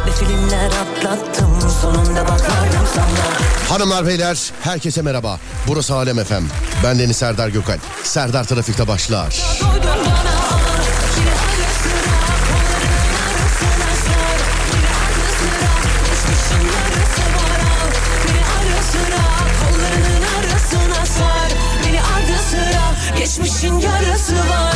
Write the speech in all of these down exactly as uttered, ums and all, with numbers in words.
Ne filmler atlattım, sonunda bak vardım sana. Hanımlar beyler herkese merhaba. Burası Alem F M. Ben Deniz Serdar Gökalp. Serdar Trafik'te başlar. Geçmişin yarası var.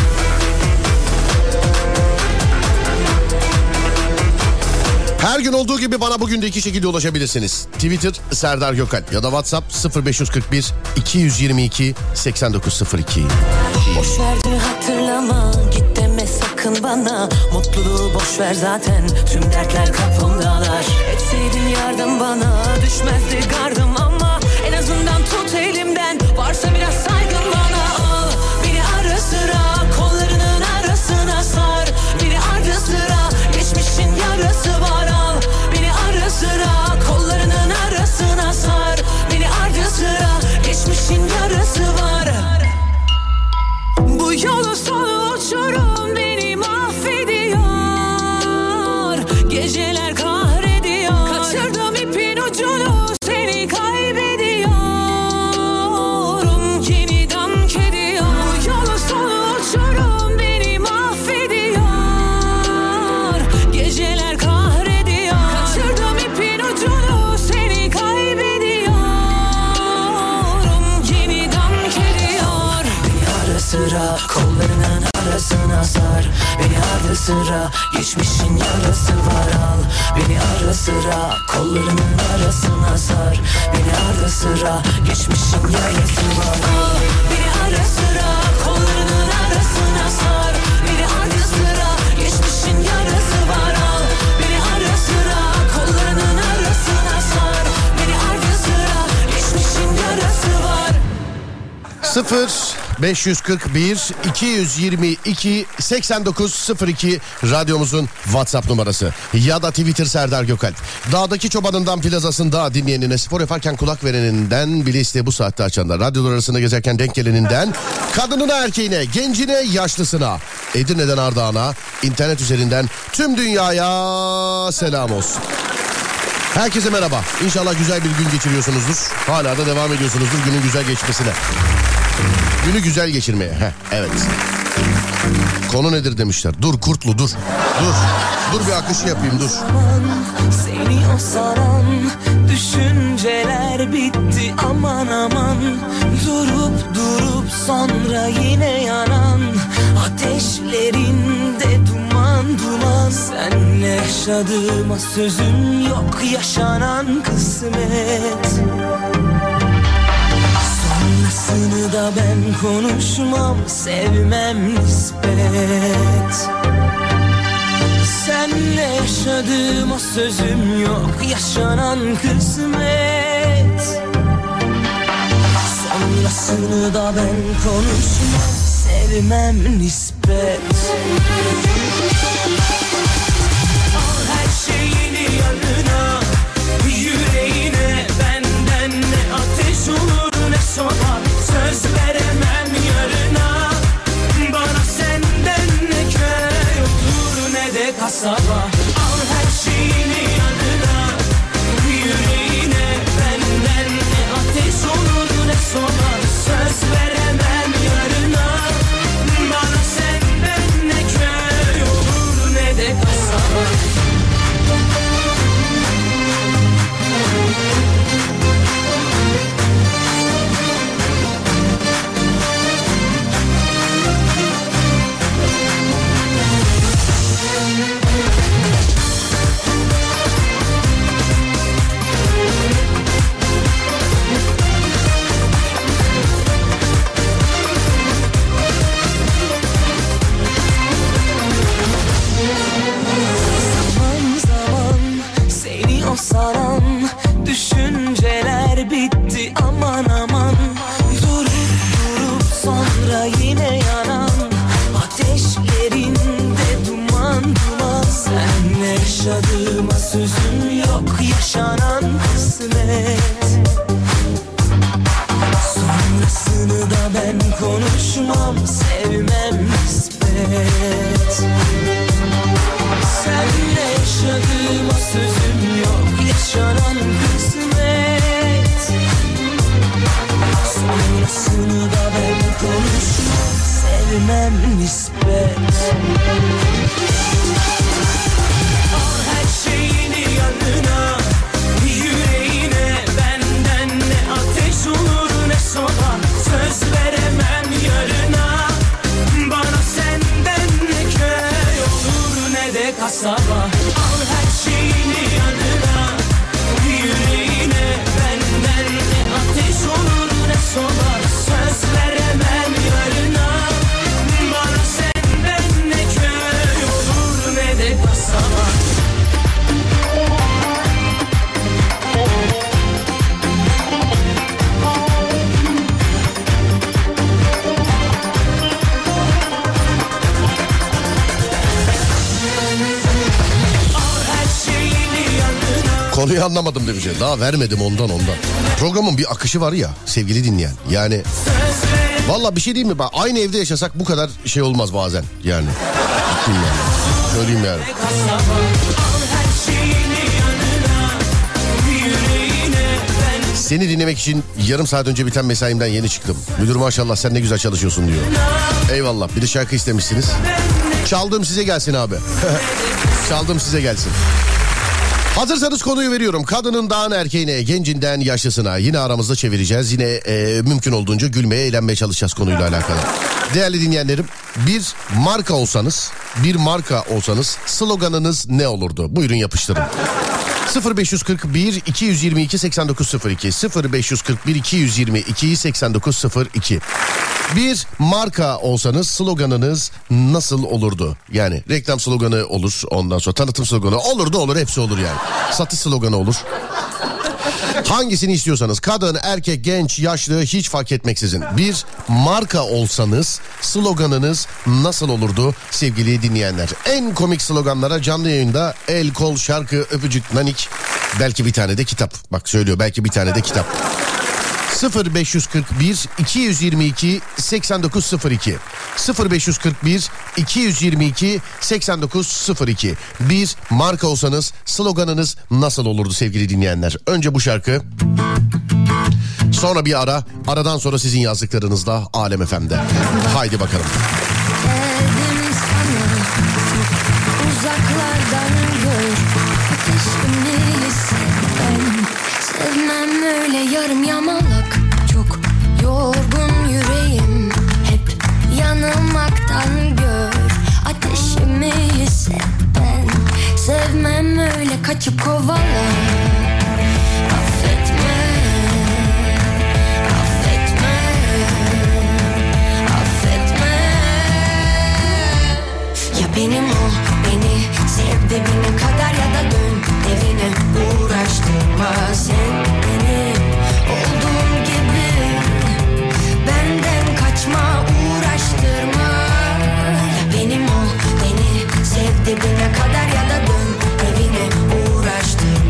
Her gün olduğu gibi bana bugün de iki şekilde ulaşabilirsiniz. Twitter Serdar Gökalp ya da WhatsApp sıfır beş kırk bir iki yüz yirmi iki seksen dokuz sıfır iki. Boş verdi hatırlama, git deme sakın bana. Mutluluğu boş ver zaten, tüm dertler kapımdalar. Etseydin yardım bana, düşmezdi gardım ama en azından tut elimden, varsa biraz saygın bana. Al beni ara sıra, kollarının arasına sar. Beni ardı sıra, geçmişin yarası var. Al beni ara sıra, kollarının arasına sar. Beni ardı sıra, geçmişin yarası var. Bu yolun sonu uçurum, beni mahvediyor. Geceler kahrediyor. Kaçırdım ipin ucunu, seni kaybediyorum. Yeni dank ediyor. Bu yolun sonu uçurum, beni mahvediyor. Geceler kahrediyor. Kaçırdım ipin ucunu, seni kaybediyorum. Yeni dank ediyor. Beni ara sıra, kollarının arasına sar. Beni ardı sıra, geçmişin yarası var. Al beni ara sıra, kollarının arasına sar. Beni ardı sıra, geçmişin yarası var. Al beni ara sıra, kollarının arasına sar. Beni ardı sıra, geçmişin yarası var. Al beni ara sıra, kollarının arasına sar. Beni ardı sıra, geçmişin yarası var. sıfır beş kırk bir iki yüz yirmi iki seksen dokuz sıfır iki radyomuzun WhatsApp numarası ya da Twitter Serdar Gökalp. Dağdaki çobanından plazasında dinleyenine, spor yaparken kulak vereninden, bile iste bu saatte açanlar, radyolar arasında gezerken denk geleninden, kadınına erkeğine, gencine yaşlısına, Edirne'den Ardahan'a, internet üzerinden tüm dünyaya selam olsun. Herkese merhaba. İnşallah güzel bir gün geçiriyorsunuzdur. Hala da devam ediyorsunuzdur günün güzel geçmesine. Günü güzel geçirmeye. Heh, evet. Konu nedir demişler. Dur Kurtlu dur. Dur. Dur bir akış yapayım dur. Seni o saran düşünceler bitti aman aman. Durup durup sonra yine yanan ateşlerinde duman duman. Senle yaşadığıma sözüm yok, yaşanan kısmet. Sonrasını da ben konuşmam, sevmem nispet. Senle yaşadığıma sözüm yok, yaşanan kısmet. Sonrasını da ben konuşmam, sevmem nispet. Al her şeyini yanına, yüreğine, benden ne ateş olur ne soba. Söz veremem yarına, bana senden ne köy olur ne de kasaba. Al her şeyini yanına, yüreğine, benden ne ateş olur ne soba. Söz veremem yarına, bana senden ne köy olur ne de kasaba. O saran düşünceler bitti aman aman. Durup durup sonra yine yanan ateşlerinde duman duman. Senle yaşadığıma sözüm yok, yaşanan kısmet. Sonrasını da ben konuşmam, sevmem nispet. Senle yaşadığım Ayrılma sözüm yok, yaşanan kısmet. Sonrasını da ben konuşmam, sevmem nispet. Al her şeyini yanına, yüreğine, benden ne ateş olur ne soba. Söz veremem yarına, bana senden ne köy olur ne de kasaba. Al her şeyini yanına, yüreğine, benden ne ateş olur ne soba. Söz veremem yarına, bana senden ne köy olur ne de kasaba. Konuyu anlamadım demiş. Daha vermedim ondan ondan. Programın bir akışı var ya sevgili dinleyen. Yani valla bir şey diyeyim mi? Bak, aynı evde yaşasak bu kadar şey olmaz bazen. Yani. Yani. Söyleyeyim yani. Seni dinlemek için yarım saat önce biten mesaimden yeni çıktım. Müdür maşallah sen ne güzel çalışıyorsun diyor. Eyvallah, bir de şarkı istemişsiniz. Çaldığım size gelsin abi. Çaldığım size gelsin. Hazırsanız konuyu veriyorum. Kadınından erkeğine, gencinden yaşlısına yine aramızda çevireceğiz. Yine e, mümkün olduğunca gülmeye, eğlenmeye çalışacağız konuyla alakalı. Değerli dinleyenlerim, bir marka olsanız, bir marka olsanız sloganınız ne olurdu? Buyurun yapıştırın. sıfır beş kırk bir iki yüz yirmi iki seksen dokuz sıfır iki sıfır beş kırk bir iki yüz yirmi iki seksen dokuz sıfır iki. Bir marka olsanız sloganınız nasıl olurdu? Yani reklam sloganı olur, ondan sonra tanıtım sloganı olur da olur, hepsi olur yani. Satış sloganı olur. Hangisini istiyorsanız, kadın, erkek, genç, yaşlı hiç fark etmeksizin. Bir marka olsanız sloganınız nasıl olurdu sevgili dinleyenler? En komik sloganlara canlı yayında el, kol, şarkı, öpücük, nanik, belki bir tane de kitap. Bak söylüyor, belki bir tane de kitap. sıfır beş kırk bir iki yüz yirmi iki seksen dokuz sıfır iki sıfır beş kırk bir iki yüz yirmi iki seksen dokuz sıfır iki. Bir marka olsanız sloganınız nasıl olurdu sevgili dinleyenler? Önce bu şarkı, sonra bir ara, aradan sonra sizin yazdıklarınızla Alem F M'de. Haydi bakalım. Geldim sana, uzaklardan gör, ateşimi hissettim. Sevmem öyle yarım yamalak, çok yorgun yüreğim. Hep yanılmaktan gör, ateşimi hisset ben. Sevmem öyle kaçıp kovala. Affetme, affetme, affetme. Ya benim ol, beni sev dibine kadar ya da dön evine. Uğraştırma sen beni olduğum gibi, benden kaçma, uğraştırma. Ya benim ol, beni sev dibine kadar ya da dön evine. Uğraştırma.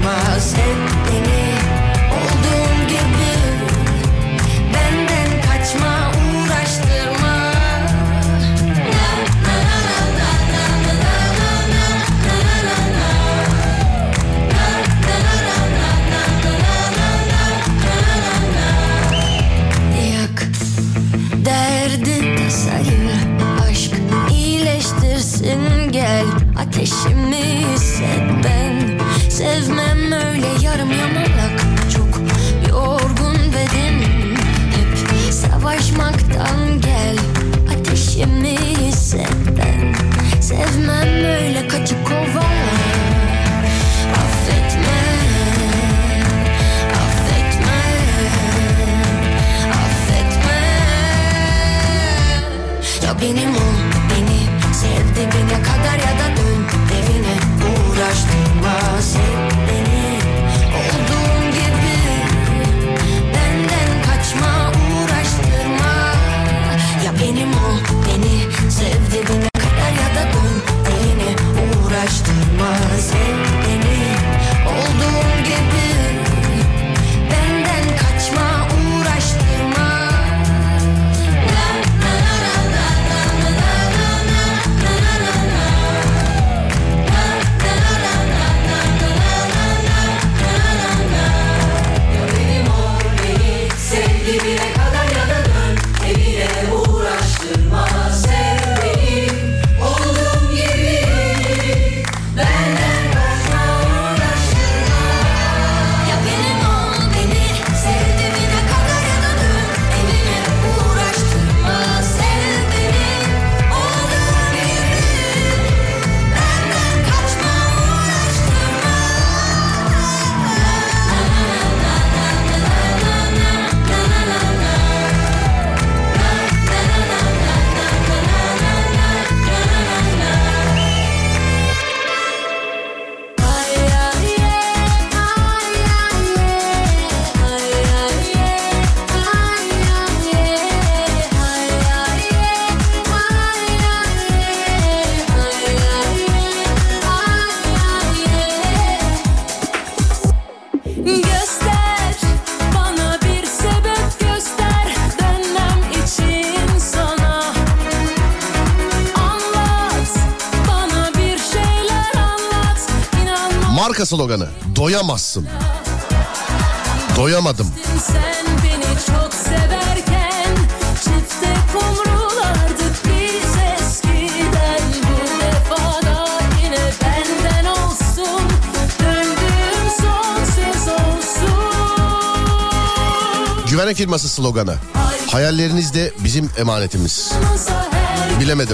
Marka sloganı. Doyamazsın. Doyamadım. Sen beni çok severken çifte kumrulardık biz eskiden. Bu defa da yine benden olsun, döndüğüm son söz olsun. Güvenlik firması sloganı. Hayalleriniz de bizim emanetimiz. Bilemedim.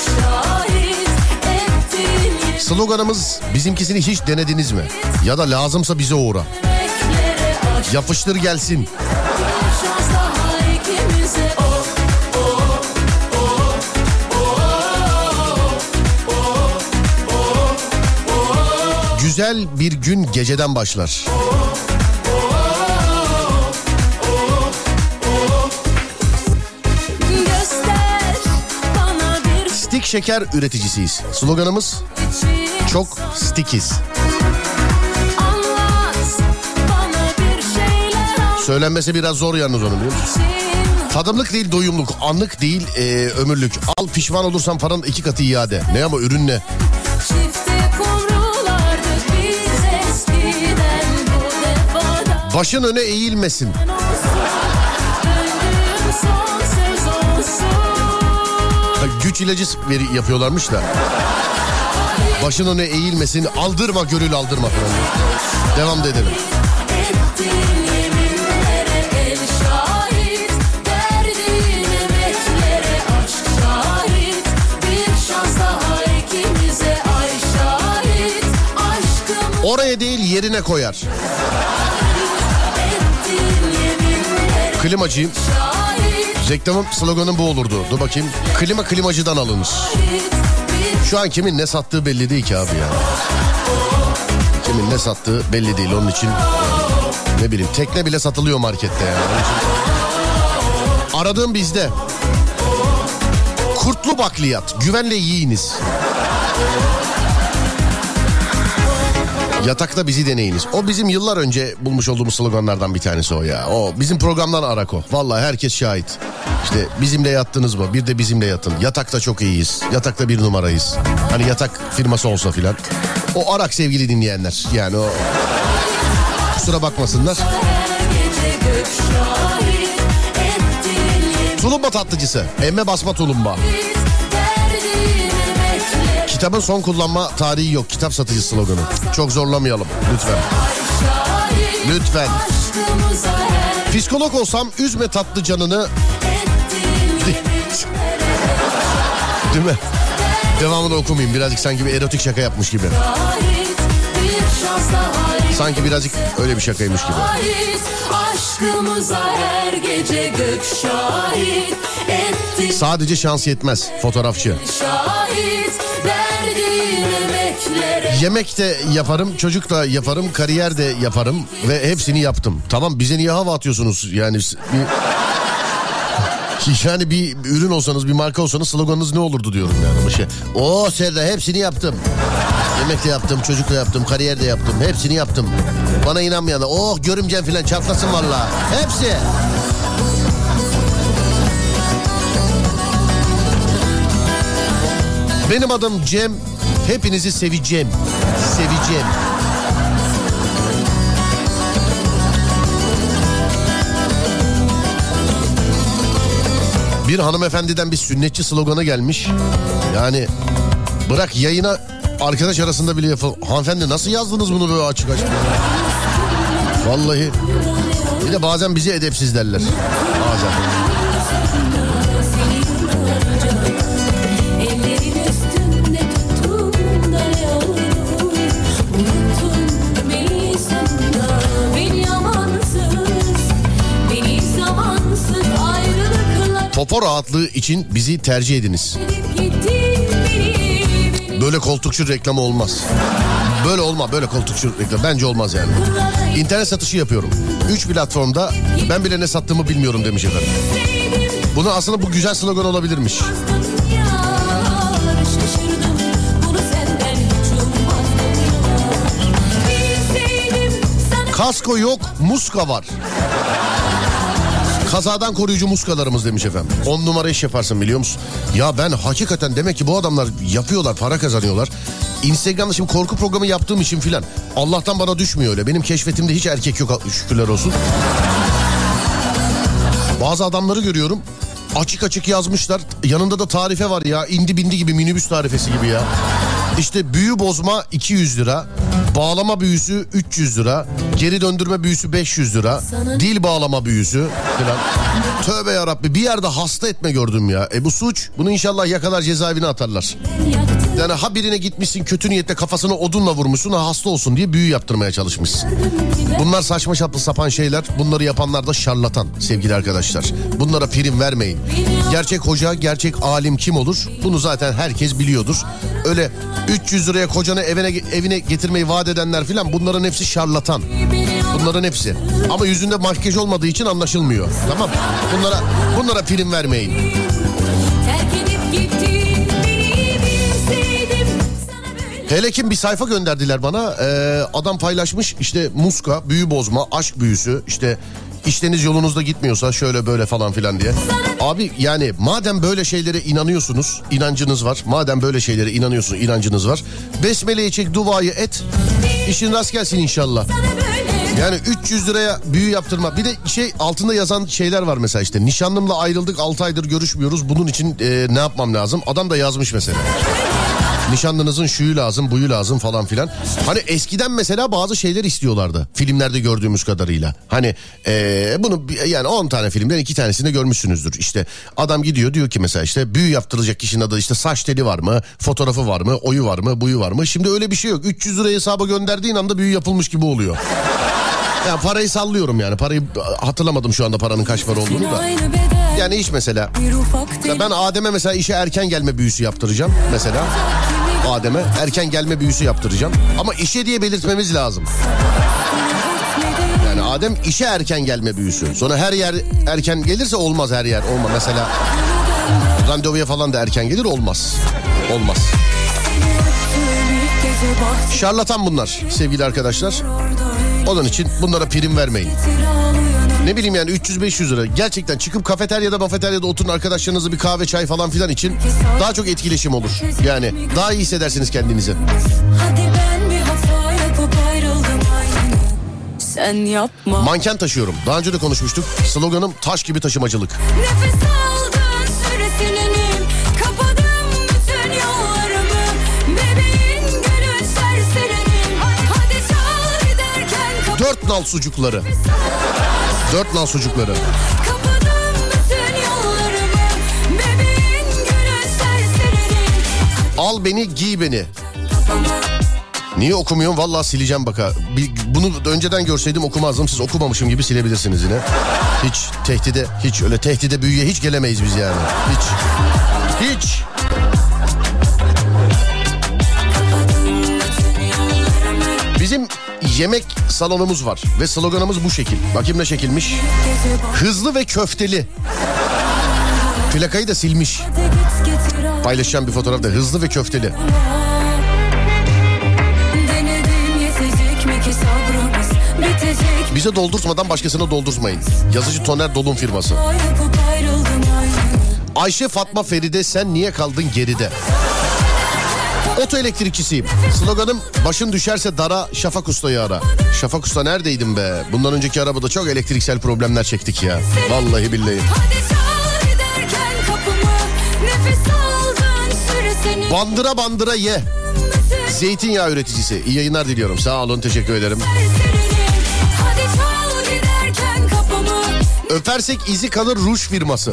Sloganımız bizimkisini hiç denediniz mi? Ya da lazımsa bize uğra. Yapıştır gelsin. Güzel bir gün geceden başlar. Stik şeker üreticisiyiz. Sloganımız çok stikiz. Söylenmesi biraz zor yalnız onu, biliyor musun? Tadımlık değil doyumluk, anlık değil e, ömürlük. Al pişman olursan paranın iki katı iade. Ne ama ürün ne? Başın öne eğilmesin. Güç ilacı veri yapıyorlarmış da. Başın öne eğilmesin, aldırma gönül aldırma falan. Devam da edelim. Oraya değil yerine koyar. Klimacıyım. Reklamın sloganı bu olurdu. Dur bakayım. Klima klimacıdan alınır. Şu an kimin ne sattığı belli değil ki abi ya. Kimin ne sattığı belli değil, onun için ne bileyim tekne bile satılıyor markette yani. Aradığım bizde. Kurtlu bakliyat. Güvenle yiyiniz. Yatakta bizi deneyiniz. O bizim yıllar önce bulmuş olduğumuz sloganlardan bir tanesi o ya. O bizim programdan arak o. Vallahi herkes şahit. İşte bizimle yattınız mı? Bir de bizimle yatın. Yatakta çok iyiyiz. Yatakta bir numarayız. Hani yatak firması olsa filan. O arak sevgili dinleyenler. Yani o... Kusura bakmasınlar. Tulumba tatlıcısı. Emme basma tulumba. Kitabın son kullanma tarihi yok. Kitap satıcı sloganı. Çok zorlamayalım. Lütfen. Lütfen. Psikolog olsam üzme tatlı canını. Değil mi? Devamını okumayayım. Birazcık sanki bir erotik şaka yapmış gibi. Sanki birazcık öyle bir şakaymış gibi. Sadece şans yetmez. Fotoğrafçı. Yemek de yaparım, çocuk da yaparım, kariyer de yaparım ve hepsini yaptım. Tamam, bize niye hava atıyorsunuz? Yani bir, yani bir ürün olsanız, bir marka olsanız sloganınız ne olurdu diyorum yani. Bu şey. Oo Serdar, hepsini yaptım. Yemek de yaptım, çocuk da yaptım, kariyer de yaptım. Hepsini yaptım. Bana inanmayanlar, oh görümcem filan çatlasın vallahi. Hepsi. Benim adım Cem. Hepinizi seveceğim. Seveceğim. Bir hanımefendiden bir sünnetçi sloganı gelmiş. Yani bırak yayına, arkadaş arasında bile yapalım. Hanımefendi nasıl yazdınız bunu böyle açık açık? Vallahi. Bir de bazen bizi edepsiz derler. Bazen. Topo rahatlığı için bizi tercih ediniz. Böyle koltukçu reklamı olmaz. Böyle olma, böyle koltukçu reklamı bence olmaz yani. İnternet satışı yapıyorum. Üç platformda ben bile ne sattığımı bilmiyorum demiş efendim. Bunu aslında bu güzel slogan olabilirmiş. Kasko yok, muska var. Kazadan koruyucu muskalarımız demiş efendim. On numara iş yaparsın biliyor musun? Ya ben hakikaten demek ki bu adamlar yapıyorlar, para kazanıyorlar. Instagram'da şimdi korku programı yaptığım için filan Allah'tan bana düşmüyor öyle. Benim keşfetimde hiç erkek yok şükürler olsun. Bazı adamları görüyorum. Açık açık yazmışlar. Yanında da tarife var ya. İndi bindi gibi, minibüs tarifesi gibi ya. İşte büyü bozma iki yüz lira. Bağlama büyüsü üç yüz lira. Geri döndürme büyüsü beş yüz lira. Dil bağlama büyüsü falan. Tövbe yarabbi, bir yerde hasta etme gördüm ya. E bu suç. Bunu inşallah yakalar, cezaevine atarlar. Yani ha birine gitmişsin kötü niyetle kafasına odunla vurmuşsun, ha hasta olsun diye büyü yaptırmaya çalışmışsın. Bunlar saçma sapan şeyler. Bunları yapanlar da şarlatan sevgili arkadaşlar. Bunlara prim vermeyin. Gerçek hoca, gerçek alim kim olur? Bunu zaten herkes biliyordur. Öyle üç yüz liraya kocanı evine evine getirmeyi vaat edenler filan, bunların hepsi şarlatan. Bunların hepsi. Ama yüzünde makyaj olmadığı için anlaşılmıyor. Tamam. Bunlara bunlara prim vermeyin. Hele kim bir sayfa gönderdiler bana. Ee, adam paylaşmış işte muska, büyü bozma, aşk büyüsü, işte işleriniz yolunuzda gitmiyorsa şöyle böyle falan filan diye. Abi yani madem böyle şeylere inanıyorsunuz, inancınız var. Madem böyle şeylere inanıyorsunuz, inancınız var. Besmele'yi çek, duayı et. İşin rast gelsin inşallah. Yani üç yüz liraya büyü yaptırma. Bir de şey altında yazan şeyler var mesela, işte nişanlımla ayrıldık, altı aydır görüşmüyoruz. Bunun için e, ne yapmam lazım? Adam da yazmış mesela. Nişanlınızın şuyu lazım, buyu lazım falan filan. Hani eskiden mesela bazı şeyler istiyorlardı. Filmlerde gördüğümüz kadarıyla. Hani ee, bunu yani on tane filmden iki tanesinde görmüşsünüzdür. İşte adam gidiyor diyor ki mesela işte büyü yaptıracak kişinin adı işte saç teli var mı? Fotoğrafı var mı? Oyu var mı? Buyu var mı? Şimdi öyle bir şey yok. üç yüz liraya hesaba gönderdiğin anda büyü yapılmış gibi oluyor. Yani parayı sallıyorum yani. Parayı hatırlamadım şu anda paranın kaç para olduğunu da. Yani iş mesela. Ya ben Adem'e mesela işe erken gelme büyüsü yaptıracağım mesela. Adem'e erken gelme büyüsü yaptıracağım. Ama işe diye belirtmemiz lazım. Yani Adem işe erken gelme büyüsü. Sonra her yer erken gelirse olmaz, her yer olmaz. Mesela randevuya falan da erken gelir, olmaz. Olmaz. Şarlatan bunlar sevgili arkadaşlar. Onun için bunlara prim vermeyin. Ne bileyim yani üç yüz beş yüz lira. Gerçekten çıkıp kafeteryada mafeteryada oturun, arkadaşlarınızla bir kahve çay falan filan için daha çok etkileşim olur. Yani daha iyi hissedersiniz kendinizi. Hadi ben bir hata yapıp ayrıldım aynı. Sen yapma. Manken taşıyorum. Daha önce de konuşmuştuk. Sloganım taş gibi taşımacılık. Nefes aldığın süresinim. Kapadım bütün yollarımı. Bebeğin gülün serserinim. Hadi çal giderken kapı. Dört nal sucukları. Dört nal sucukları. Al beni giy beni. Niye okumuyorum? Vallahi sileceğim baka. Bunu önceden görseydim okumazdım. Siz okumamışım gibi silebilirsiniz yine. Hiç tehdide, hiç öyle tehdide büyüye hiç gelemeyiz biz yani. Hiç. Hiç. Bizim yemek salonumuz var ve sloganımız bu şekil. Bakayım ne şekilmiş. Hızlı ve köfteli. Plakayı da silmiş. Paylaşacağım bir fotoğrafta. Hızlı ve köfteli. Bize doldurtmadan başkasına doldurtmayın. Yazıcı Toner Dolum firması. Ayşe Fatma Feride sen niye kaldın geride? Oto elektrikçisiyim. Sloganım başın düşerse dara, Şafak Usta'yı ara. Şafak Usta neredeydin be? Bundan önceki arabada çok elektriksel problemler çektik ya. Vallahi billahi. Bandıra bandıra ye. Zeytinyağı üreticisi. İyi yayınlar diliyorum. Sağ olun, teşekkür ederim. Öpersek izi kalır ruj firması.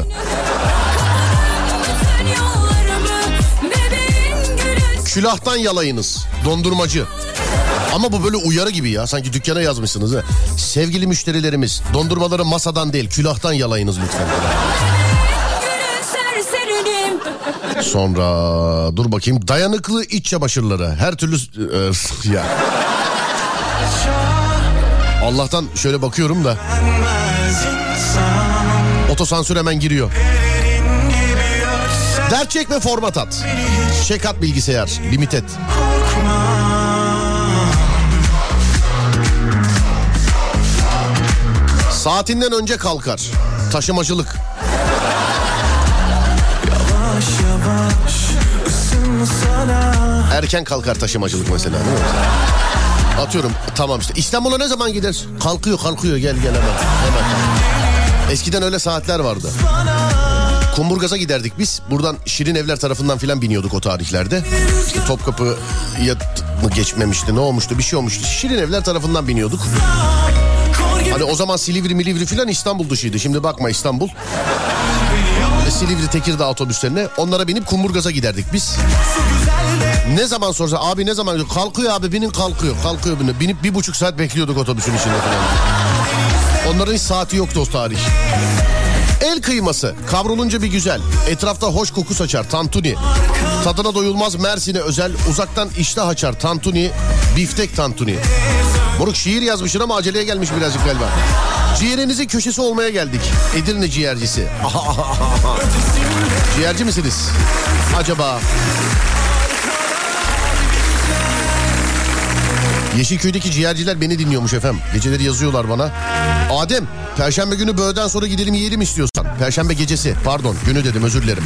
Külahtan yalayınız. Dondurmacı. Ama bu böyle uyarı gibi ya. Sanki dükkana yazmışsınız ha. Sevgili müşterilerimiz, dondurmaları masadan değil külahtan yalayınız lütfen. Sonra dur bakayım. Dayanıklı iç çamaşırları. Her türlü e, ya. Allah'tan şöyle bakıyorum da. Otosansür hemen giriyor. Dert çekme, format at. Çek at bilgisayar. Limited. Saatinden önce kalkar. Taşımacılık. Erken kalkar taşımacılık mesela, değil mi? Atıyorum, tamam işte İstanbul'a ne zaman gider? Kalkıyor kalkıyor gel gel hemen. Hemen. Eskiden öyle saatler vardı. Kumburgaz'a giderdik biz. Buradan Şirin Evler tarafından filan biniyorduk o tarihlerde. İşte Topkapı'ya mı geçmemişti, ne olmuştu, bir şey olmuştu. Şirin Evler tarafından biniyorduk. Hani o zaman Silivri Milivri filan İstanbul dışıydı. Şimdi bakma İstanbul. Ve Silivri Tekirdağ otobüslerine, onlara binip Kumburgaz'a giderdik biz. Ne zaman sorsa abi ne zaman, kalkıyor abi binin, kalkıyor kalkıyor binin. Binip bir buçuk saat bekliyorduk otobüsün içinde falan. Onların hiç saati yoktu o tarih. El kıyması kavrulunca bir güzel, etrafta hoş koku saçar tantuni. Tadına doyulmaz Mersin'e özel, uzaktan iştah açar tantuni. Biftek tantuni. Moruk şiir yazmışsın ama aceleye gelmiş birazcık galiba. Ciğerinizin köşesi olmaya geldik. Edirne ciğercisi. Ciğerci misiniz acaba? Yeşilköy'deki ciğerciler beni dinliyormuş efendim. Geceleri yazıyorlar bana. Adem, Perşembe günü böğden sonra gidelim yiyelim istiyorsan. Perşembe gecesi, pardon günü dedim, özür dilerim.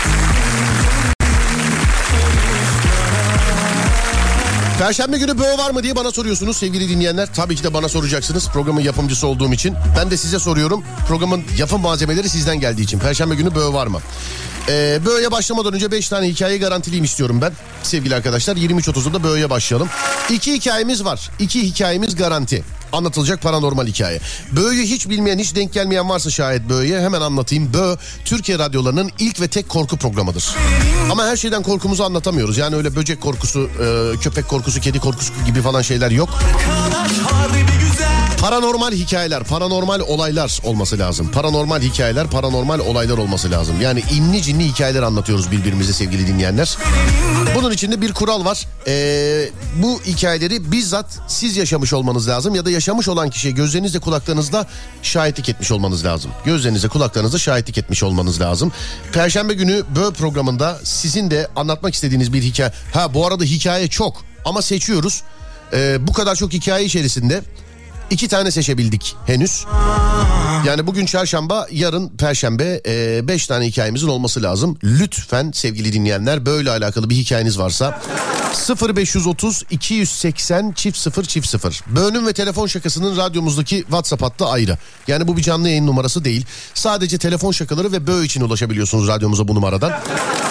Perşembe günü böğ var mı diye bana soruyorsunuz sevgili dinleyenler. Tabii ki de bana soracaksınız, programın yapımcısı olduğum için. Ben de size soruyorum, programın yapım malzemeleri sizden geldiği için. Perşembe günü böğ var mı? Ee, böğe başlamadan önce beş tane hikaye garantiliyim istiyorum ben sevgili arkadaşlar. yirmi üç otuzda böğe başlayalım. İki hikayemiz var. İki hikayemiz garanti. Anlatılacak paranormal hikaye. Böğü hiç bilmeyen, hiç denk gelmeyen varsa şayet böğe hemen anlatayım. Böğ Türkiye radyolarının ilk ve tek korku programıdır. Ama her şeyden korkumuzu anlatamıyoruz. Yani öyle böcek korkusu, e, köpek korkusu, kedi korkusu gibi falan şeyler yok. Paranormal hikayeler, paranormal olaylar olması lazım. Paranormal hikayeler, paranormal olaylar olması lazım. Yani inli cinli hikayeler anlatıyoruz birbirimize sevgili dinleyenler. Bunun içinde bir kural var. Ee, bu hikayeleri bizzat siz yaşamış olmanız lazım. Ya da yaşamış olan kişiye gözlerinizle kulaklarınızla şahitlik etmiş olmanız lazım. Gözlerinizle kulaklarınızla şahitlik etmiş olmanız lazım. Perşembe günü Böğ programında sizin de anlatmak istediğiniz bir hikaye. Ha bu arada hikaye çok ama seçiyoruz. Ee, bu kadar çok hikaye içerisinde İki tane seçebildik henüz. Yani bugün çarşamba, yarın perşembe, e, beş tane hikayemizin olması lazım. Lütfen sevgili dinleyenler, böyle alakalı bir hikayeniz varsa sıfır beş otuz iki yüz seksen çift sıfır çift sıfır. Böğünün ve telefon şakasının radyomuzdaki WhatsApp hattı ayrı. Yani bu bir canlı yayın numarası değil. Sadece telefon şakaları ve böğ için ulaşabiliyorsunuz radyomuza bu numaradan.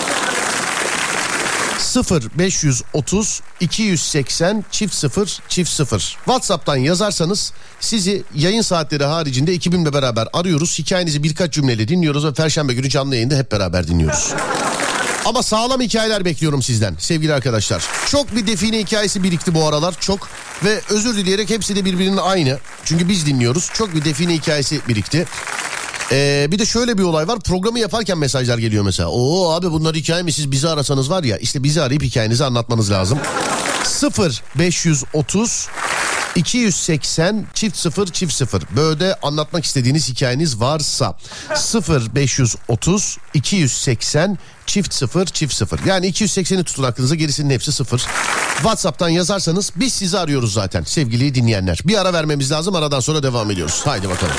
sıfır beş otuz iki yüz seksen çift sıfır çift sıfır. WhatsApp'tan yazarsanız sizi yayın saatleri haricinde ekibimle beraber arıyoruz. Hikayenizi birkaç cümleyle dinliyoruz ve perşembe günü canlı yayında hep beraber dinliyoruz. Ama sağlam hikayeler bekliyorum sizden sevgili arkadaşlar. Çok bir define hikayesi birikti bu aralar, çok. Ve özür dileyerek hepsi de birbirinin aynı. Çünkü biz dinliyoruz. Çok bir define hikayesi birikti. Ee, bir de şöyle bir olay var, programı yaparken mesajlar geliyor mesela. Oo abi bunlar hikaye mi, siz bizi arasanız var ya, işte bizi arayıp hikayenizi anlatmanız lazım. sıfır beş otuz iki yüz seksen çift sıfır çift sıfır. Böğde anlatmak istediğiniz hikayeniz varsa sıfır beş otuz iki yüz seksen çift sıfır çift sıfır. Yani iki yüz sekseni tutun aklınıza, gerisinin hepsi sıfır. WhatsApp'tan yazarsanız biz sizi arıyoruz zaten sevgili dinleyenler. Bir ara vermemiz lazım, aradan sonra devam ediyoruz. Haydi bakalım.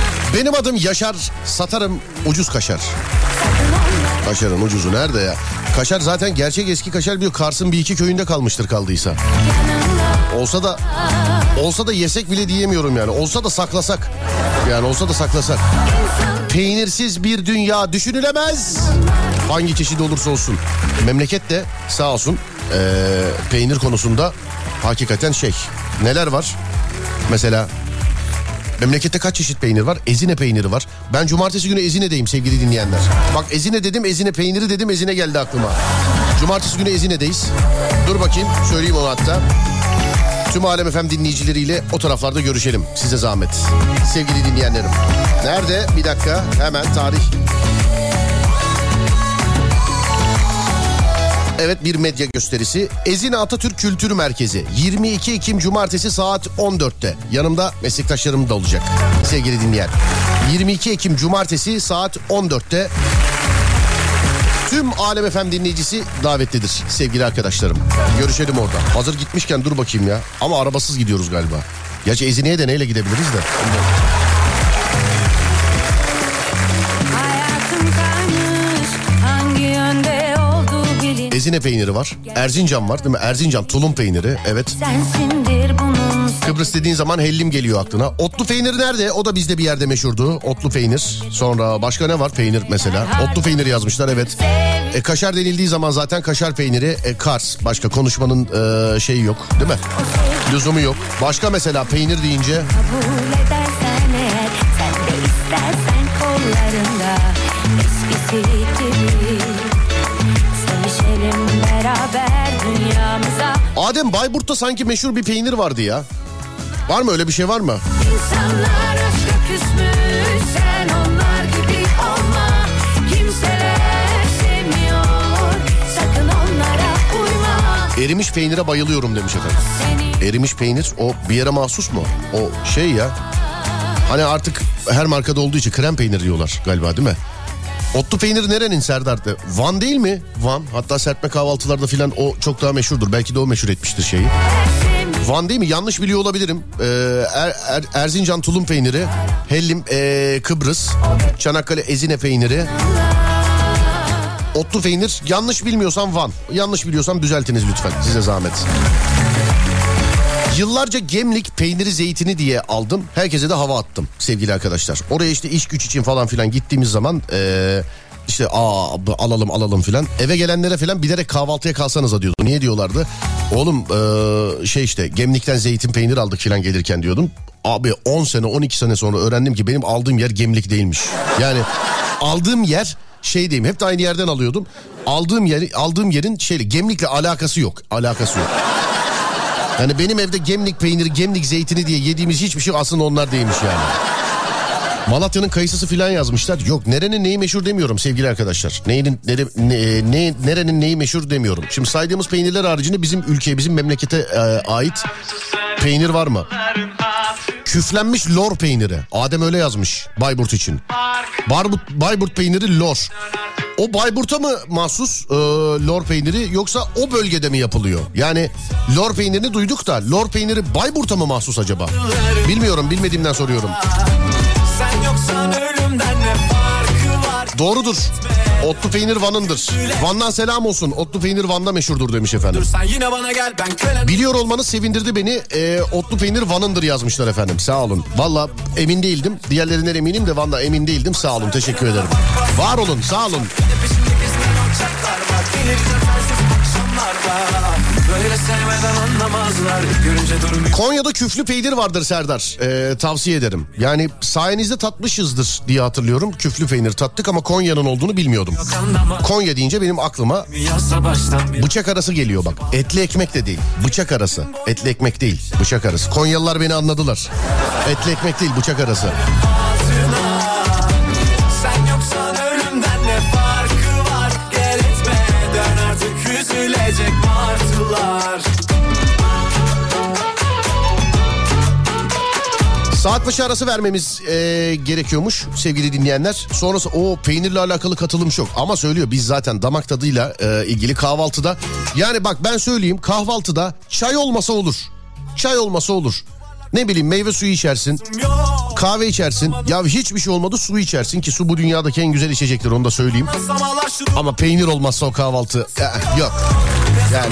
Yaşar, satarım ucuz kaşar. Kaşarın ucuzu nerede ya? Kaşar zaten gerçek eski kaşar bir Kars'ın bir iki köyünde kalmıştır kaldıysa. Olsa da olsa da yesek bile diyemiyorum yani. Olsa da saklasak. Yani olsa da saklasak. Peynirsiz bir dünya düşünülemez. Hangi çeşidi olursa olsun. Memleket de sağ olsun ee, peynir konusunda hakikaten şey. Neler var? Mesela memlekette kaç çeşit peynir var? Ezine peyniri var. Ben cumartesi günü Ezine'deyim sevgili dinleyenler. Bak Ezine dedim, Ezine peyniri dedim, Ezine geldi aklıma. Cumartesi günü Ezine'deyiz. Dur bakayım, söyleyeyim onu hatta. Tüm Alem F M dinleyicileriyle o taraflarda görüşelim. Size zahmet. Sevgili dinleyenlerim. Nerede? Bir dakika. Hemen tarih. Evet, bir medya gösterisi. Ezine Atatürk Kültür Merkezi. yirmi iki Ekim Cumartesi saat on dörtte. Yanımda meslektaşlarım da olacak sevgili dinleyen. yirmi iki Ekim Cumartesi saat on dörtte. Tüm Alem F M dinleyicisi davetlidir sevgili arkadaşlarım. Görüşelim orada. Hazır gitmişken dur bakayım ya. Ama arabasız gidiyoruz galiba. Gerçi Ezine'ye de neyle gidebiliriz de. Ezine peyniri var. Erzincan var değil mi? Erzincan tulum peyniri. Evet. Kıbrıs dediğin zaman hellim geliyor aklına. Otlu peynir nerede? O da bizde bir yerde meşhurdu. Otlu peynir. Sonra başka ne var? Peynir mesela. Otlu peynir yazmışlar, evet. E, kaşar denildiği zaman zaten kaşar peyniri. E, Kars. Başka konuşmanın e, şeyi yok değil mi? Lüzumu yok. Başka mesela peynir deyince. Kabul edersen eğer, sen de istersen kollarında eskisi gibi. Adem, Bayburt'ta sanki meşhur bir peynir vardı ya. Var mı, öyle bir şey var mı? İnsanlar aşka küsmüş, sen onlar gibi olma. Kimseler sevmiyor, sakın onlara uyma. Erimiş peynire bayılıyorum demiş efendim. Erimiş peynir o bir yere mahsus mu? O şey ya. Hani artık her markada olduğu için krem peynir diyorlar galiba değil mi? Otlu peynir nerenin Serdar'da? Van değil mi? Van. Hatta serpme kahvaltılarda filan o çok daha meşhurdur. Belki de o meşhur etmiştir şeyi. Van değil mi? Yanlış biliyor olabilirim. Ee, er, er, Erzincan tulum peyniri. Hellim ee, Kıbrıs. Çanakkale Ezine peyniri. Otlu peynir. Yanlış bilmiyorsam Van. Yanlış biliyorsam düzeltiniz lütfen. Size zahmet. Yıllarca Gemlik peyniri zeytini diye aldım. Herkese de hava attım sevgili arkadaşlar. Oraya işte iş güç için falan filan gittiğimiz zaman ee, işte aa alalım alalım filan. Eve gelenlere filan bilerek kahvaltıya kalsanıza diyordu. Niye diyorlardı? Oğlum ee, şey işte Gemlik'ten zeytin peynir aldık filan gelirken diyordum. Abi on sene on iki sene sonra öğrendim ki benim aldığım yer Gemlik değilmiş. Yani aldığım yer şey diyeyim, hep de aynı yerden alıyordum. Aldığım yer aldığım yerin şeyle Gemlik'le alakası yok. Alakası yok. Yani benim evde Gemlik peyniri, Gemlik zeytini diye yediğimiz hiçbir şey aslında onlar değilmiş yani. Malatya'nın kayısısı filan yazmışlar. Yok, nerenin neyi meşhur demiyorum sevgili arkadaşlar. Neyinin nere, ne, ne, nerenin neyi meşhur demiyorum. Şimdi saydığımız peynirler haricinde bizim ülkeye, bizim memlekete e, ait peynir var mı? Küflenmiş lor peyniri. Adem öyle yazmış Bayburt için. Bayburt, Bayburt peyniri lor. O Bayburt'a mı mahsus e, lor peyniri yoksa o bölgede mi yapılıyor? Yani lor peynirini duyduk da lor peyniri Bayburt'a mı mahsus acaba? Bilmiyorum, bilmediğimden soruyorum. Sen yoksan ölümden ne farkı var? Doğrudur. Otlu peynir Van'ındır. Van'dan selam olsun. Otlu peynir Van'da meşhurdur demiş efendim. Yine bana gel, ben kölen... Biliyor olmanız sevindirdi beni. E, otlu peynir Van'ındır yazmışlar efendim. Sağ olun. Valla emin değildim. Diğerlerinden eminim de Van'da emin değildim. Sağ olun. Teşekkür ederim. Var olun. Sağ olun. Konya'da küflü peynir vardır Serdar. Ee, tavsiye ederim. Yani sayenizde tatmışızdır diye hatırlıyorum. Küflü peynir tattık ama Konya'nın olduğunu bilmiyordum. Konya deyince benim aklıma bıçak arası geliyor bak. Etli ekmek de değil. Bıçak arası. Etli ekmek değil. Bıçak arası. Konyalılar beni anladılar. Etli ekmek değil, bıçak arası. Sen yoksan ölümden ne farkı var? Gel etme, dön artık, üzülecek martılar. Saat başı arası vermemiz e, gerekiyormuş sevgili dinleyenler. Sonrası o peynirle alakalı katılım çok. Ama söylüyor biz zaten damak tadıyla e, ilgili kahvaltıda. Yani bak ben söyleyeyim, kahvaltıda çay olmasa olur. Çay olmasa olur. Ne bileyim meyve suyu içersin. Kahve içersin. Ya hiçbir şey olmadı, su içersin ki su bu dünyadaki en güzel içecektir, onu da söyleyeyim. Ama peynir olmazsa o kahvaltı eh, yok. Yani.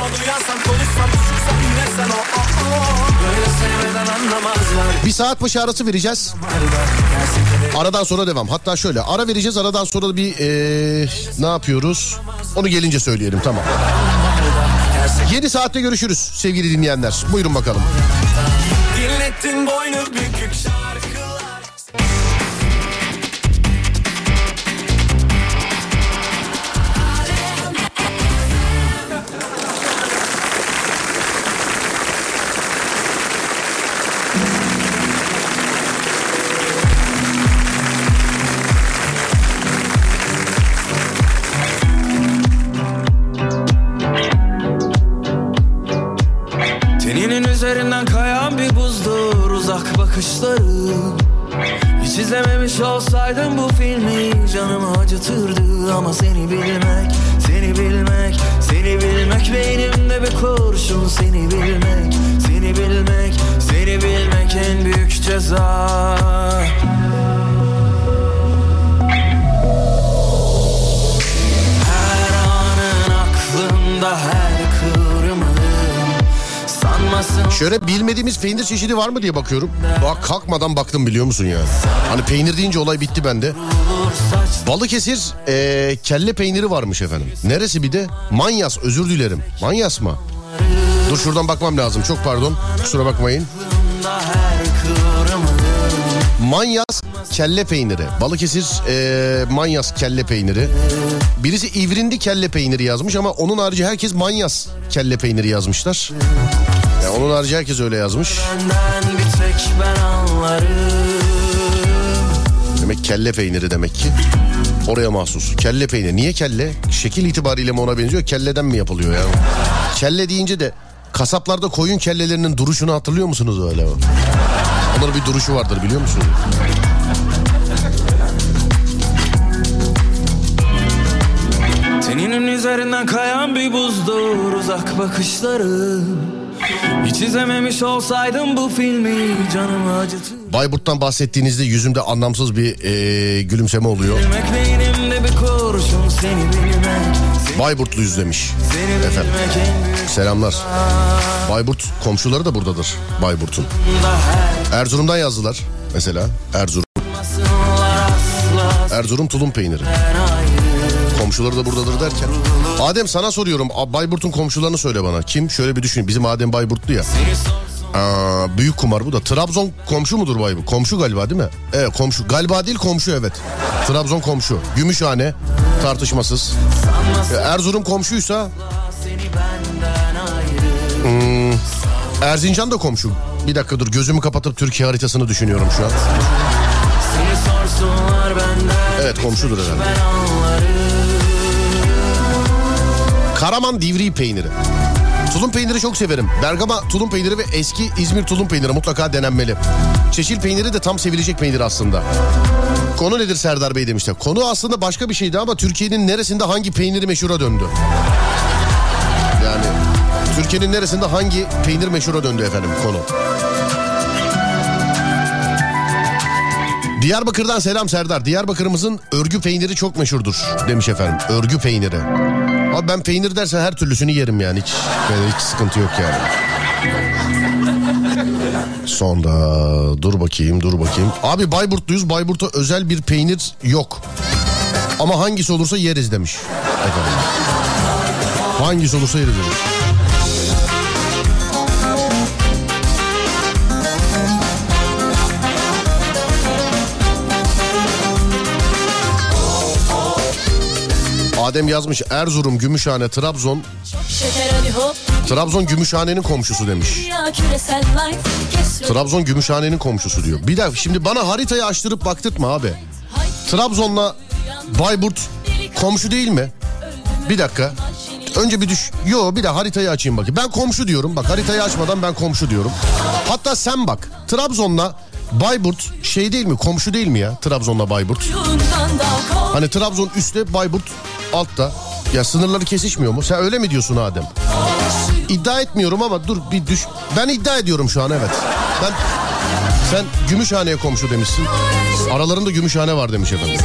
Bir saat başı arası vereceğiz. Aradan sonra devam. Hatta şöyle ara vereceğiz, aradan sonra da bir ee, ne yapıyoruz? Onu gelince söyleyelim, tamam. yedi saatte görüşürüz sevgili dinleyenler. Buyurun bakalım. Dinlettin boynu bükük şarkılar. Üzerinden kayan bir buzdur uzak bakışların. Hiç izlememiş olsaydım bu filmi canımı acıtırdı. Ama seni bilmek, seni bilmek, seni bilmek beynimde bir kurşun. Seni bilmek, seni bilmek, seni bilmek en büyük ceza. Her anın aklımda, her kıvrımı. Şöyle bilmediğimiz peynir çeşidi var mı diye bakıyorum. Bak kalkmadan baktım, biliyor musun ya? Hani peynir deyince olay bitti bende. Balıkesir ee, kelle peyniri varmış efendim. Neresi bir de? Manyas, özür dilerim. Manyas mı? Dur şuradan bakmam lazım, çok pardon. Kusura bakmayın. Manyas kelle peyniri. Balıkesir ee, Manyas kelle peyniri. Birisi İvrindi kelle peyniri yazmış ama onun harici herkes Manyas kelle peyniri yazmışlar. Yani onun harici herkes öyle yazmış. Demek kelle peyniri demek ki. Oraya mahsus. Kelle peyniri. Niye kelle? Şekil itibariyle mi ona benziyor? Kelleden mi yapılıyor ya? Kelle deyince de kasaplarda koyun kellelerinin duruşunu hatırlıyor musunuz öyle? Onların bir duruşu vardır, biliyor musunuz? Teninin üzerinden kayan bir buzdur uzak bakışları. Hiç izlememiş olsaydım bu filmi canımı acıtır. Bayburt'tan bahsettiğinizde yüzümde anlamsız bir ee, gülümseme oluyor. Bir kurşun, seni bilmek, seni Bayburtluyuz demiş efendim. Selamlar. Bayburt komşuları da buradadır Bayburt'un. Erzurum'dan yazdılar mesela. Erzurum. Erzurum tulum peyniri. Komşuları da buradadır derken. Adem sana soruyorum, Bayburt'un komşularını söyle bana. Kim? Şöyle bir düşün. Bizim Adem Bayburtlu ya. Aa, büyük kumar bu da. Trabzon komşu mudur Bayburt? Komşu galiba değil mi? Evet komşu. Galiba değil, komşu, evet. Trabzon komşu. Gümüşhane tartışmasız. Erzurum komşuysa hmm, Erzincan da komşu. Bir dakika dur, gözümü kapatıp Türkiye haritasını düşünüyorum şu an. Evet komşudur herhalde. Karaman divri peyniri. Tulum peyniri çok severim. Bergama tulum peyniri ve eski İzmir tulum peyniri mutlaka denenmeli. Çeşil peyniri de tam sevilecek peynir aslında. Konu nedir Serdar Bey demişler. Konu aslında başka bir şeydi ama Türkiye'nin neresinde hangi peyniri meşhura döndü? Yani Türkiye'nin neresinde hangi peynir meşhura döndü efendim konu. Diyarbakır'dan selam Serdar. Diyarbakır'ımızın örgü peyniri çok meşhurdur demiş efendim. Örgü peyniri. Abi ben peynir dersen her türlüsünü yerim yani. Hiç, yani hiç sıkıntı yok yani. Sonra dur bakayım dur bakayım. Abi Bayburtluyuz. Bayburt'a özel bir peynir yok. Ama hangisi olursa yeriz demiş efendim. Hangisi olursa yeriz demiş. Adem yazmış Erzurum, Gümüşhane, Trabzon. Trabzon Gümüşhane'nin komşusu demiş. Trabzon Gümüşhane'nin komşusu diyor. Bir dakika şimdi bana haritayı açtırıp baktırtma abi. Trabzon'la Bayburt komşu değil mi? Bir dakika. Önce bir düş. Yo bir de haritayı açayım bakayım. Ben komşu diyorum. Bak haritayı açmadan ben komşu diyorum. Hatta sen bak. Trabzon'la Bayburt şey değil mi? Komşu değil mi ya? Trabzon'la Bayburt. Hani Trabzon üstte, Bayburt altta. Ya sınırları kesişmiyor mu? Sen öyle mi diyorsun Adem? İddia etmiyorum ama dur bir düş. Ben iddia ediyorum şu an, evet. Ben Sen Gümüşhane'ye komşu demişsin. Aralarında Gümüşhane var demiş efendim.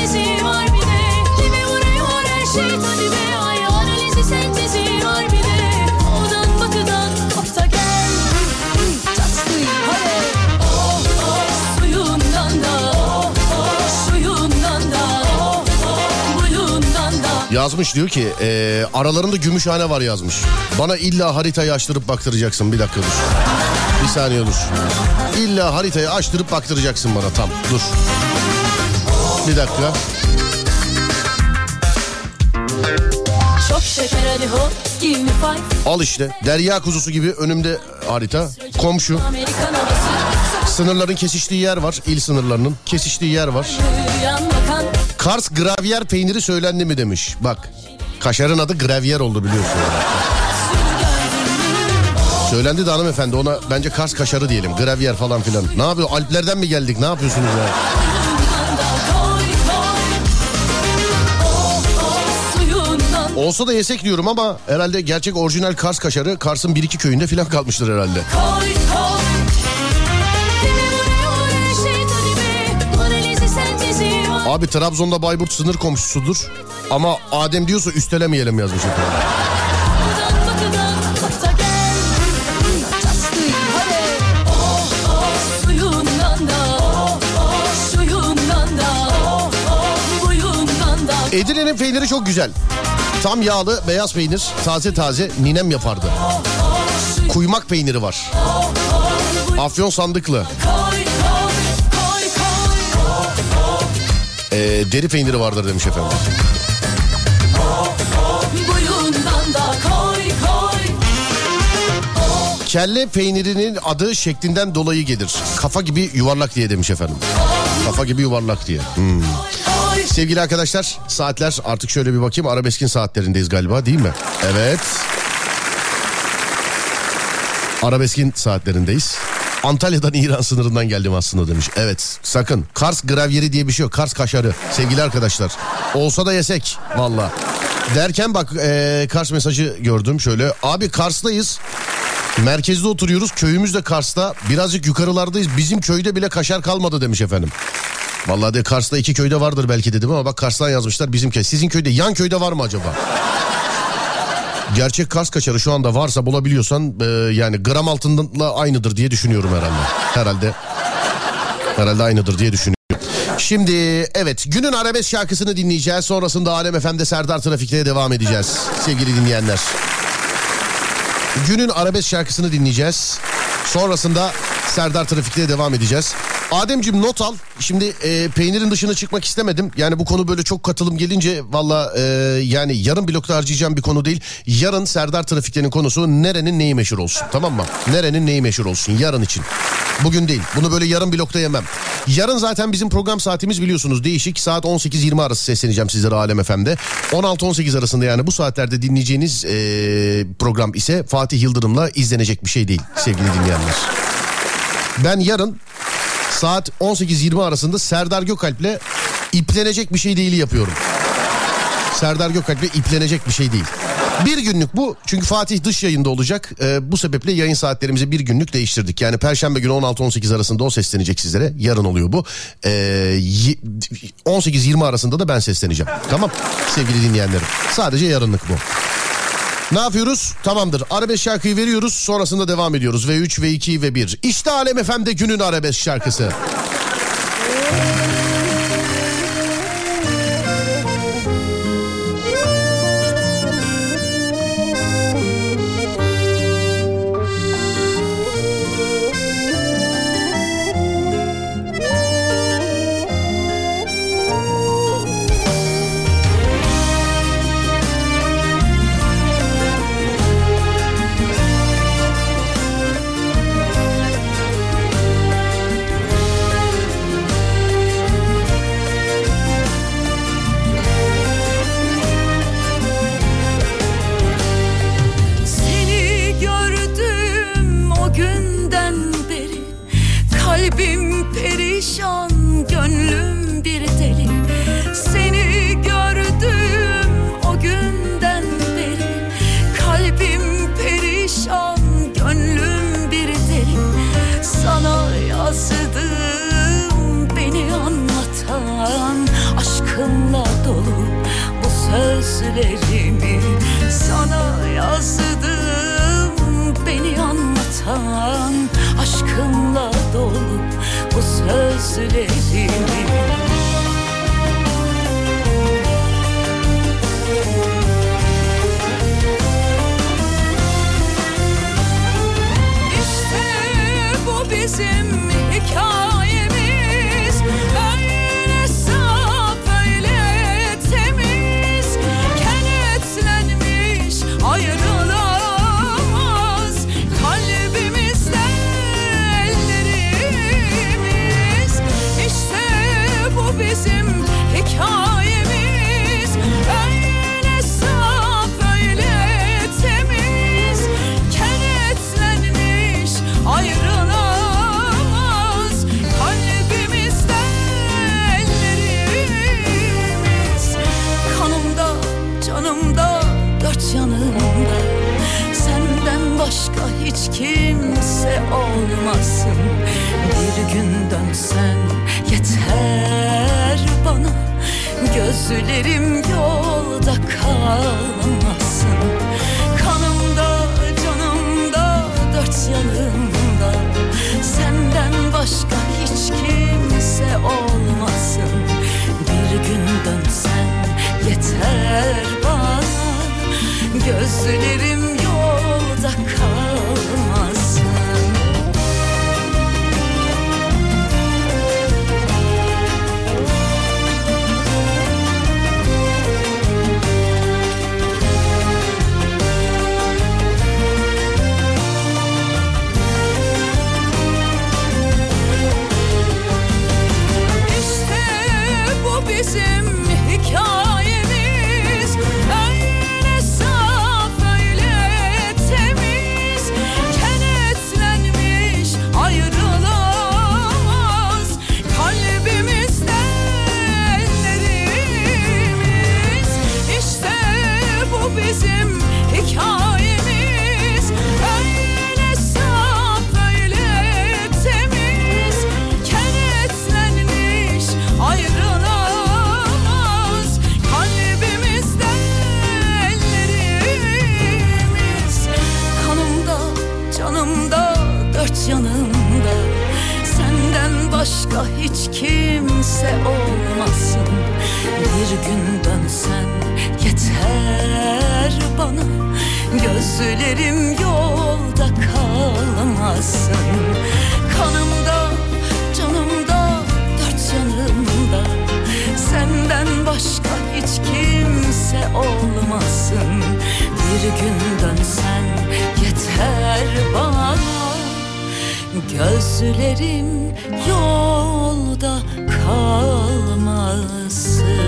Yazmış diyor ki e, aralarında Gümüşhane var yazmış. Bana illa haritayı açtırıp baktıracaksın, bir dakika dur. Bir saniye dur. İlla haritayı açtırıp baktıracaksın bana, tam dur. Bir dakika. Çok şeker hadi hop give me five. Al işte derya kuzusu gibi önümde harita. Komşu. Amerikan havası. Sınırların kesiştiği yer var. İl sınırlarının kesiştiği yer var. Kars gravyer peyniri söylendi mi demiş. Bak kaşarın adı gravyer oldu biliyorsun. Söylendi de hanımefendi, ona bence Kars kaşarı diyelim. Gravyer falan filan. Ne yapıyor? Alplerden mi geldik? Ne yapıyorsunuz ya? Olsa da yesek diyorum ama herhalde gerçek orijinal Kars kaşarı Kars'ın bir iki köyünde filan kalmıştır herhalde. Abi Trabzon'da Bayburt sınır komşusudur. Ama Adem diyorsa üstelemeyelim yazmış efendim. Edirne'nin peyniri çok güzel. Tam yağlı beyaz peynir, taze taze, ninem yapardı. Kuymak peyniri var. Afyon sandıklı. Ee, deri peyniri vardır demiş efendim. Kelle peynirinin adı şeklinden dolayı gelir. Kafa gibi yuvarlak diye demiş efendim. Kafa gibi yuvarlak diye. Hmm. Sevgili arkadaşlar, saatler artık şöyle bir bakayım, arabeskin saatlerindeyiz galiba, değil mi? Evet. Arabeskin saatlerindeyiz. Antalya'dan İran sınırından geldim aslında demiş. Evet, sakın Kars gravyeri diye bir şey yok. Kars kaşarı sevgili arkadaşlar. Olsa da yesek valla. Derken bak ee, Kars mesajı gördüm şöyle. Abi Kars'tayız. Merkezde oturuyoruz. Köyümüz de Kars'ta. Birazcık yukarılardayız. Bizim köyde bile kaşar kalmadı demiş efendim. Vallahi de Kars'ta iki köyde vardır belki dedim ama bak Kars'tan yazmışlar bizim köy. Sizin köyde, yan köyde var mı acaba? Gerçek Kars kaşarı şu anda varsa bulabiliyorsan e, yani gram altınla aynıdır diye düşünüyorum herhalde. Herhalde. Herhalde aynıdır diye düşünüyorum. Şimdi evet, günün arabesk şarkısını dinleyeceğiz. Sonrasında Alem F M'de Serdar Trafik'te devam edeceğiz sevgili dinleyenler. Günün arabesk şarkısını dinleyeceğiz. Sonrasında Serdar Trafik'te devam edeceğiz. Ademciğim not al. Şimdi e, peynirin dışına çıkmak istemedim. Yani bu konu böyle çok katılım gelince valla e, yani yarın blokta harcayacağım bir konu değil. Yarın Serdar Trafik'te'nin konusu nerenin neyi meşhur olsun, tamam mı? Nerenin neyi meşhur olsun yarın için. Bugün değil. Bunu böyle yarın blokta yemem. Yarın zaten bizim program saatimiz biliyorsunuz değişik. Saat on sekiz yirmi arası sesleneceğim sizlere Alem F M'de. on altı on sekiz arasında, yani bu saatlerde dinleyeceğiniz e, program ise Fatih Yıldırım'la izlenecek bir şey değil sevgili dinleyenler. Ben yarın saat on sekiz yirmi arasında Serdar Gökalp'le iplenecek bir şey değil yapıyorum. Serdar Gökalp'le iplenecek bir şey değil. Bir günlük bu, çünkü Fatih dış yayında olacak. Ee, bu sebeple yayın saatlerimizi bir günlük değiştirdik. Yani Perşembe günü on altı on sekiz arasında o seslenecek sizlere. Yarın oluyor bu. Ee, on sekiz yirmi arasında da ben sesleneceğim. Tamam sevgili dinleyenlerim. Sadece yarınlık bu. Ne yapıyoruz? Tamamdır. Arabesk şarkıyı veriyoruz. Sonrasında devam ediyoruz. V üç, V iki, V bir. İşte Alem F M'de günün arabesk şarkısı. sözlerimi sana yazdım, beni anlatan aşkınla dolu bu sözlerimi. Bizim hikayemiz öyle saf, öyle temiz, kenetlenmiş, ayrılamaz kalbimizde ellerimiz. İşte bu bizim hikayemiz öyle saf, öyle temiz, kenetlenmiş, ayrılamaz yanımda. Senden başka hiç kimse olmasın. Bir gün dönsen yeter bana, gözlerim yolda kalmasın. Kanımda, canımda, dört yanımda. Senden başka hiç kimse olmasın. Bir gün dönsen yeter bana, gözlerim yolda kalmasın. İşte bu bizim hikayemiz öyle saf, öyle temiz, kenetlenmiş, ayrılamaz kalbimizde ellerimiz. İşte bu bizim hikayemiz öyle saf, öyle temiz, kenetlenmiş, ayrılamaz kalbimizde ellerimiz. Kanımda, canımda, dört yanımda. Senden başka hiç kimse olmasın. Bir gün dönsen yeter bana, gözlerim yolda kalmasın. Kanımda, canımda, dört yanımda. Senden başka hiç kimse olmasın. Bir gün dönsen yeter bana, gözlerim yolda kalmasın.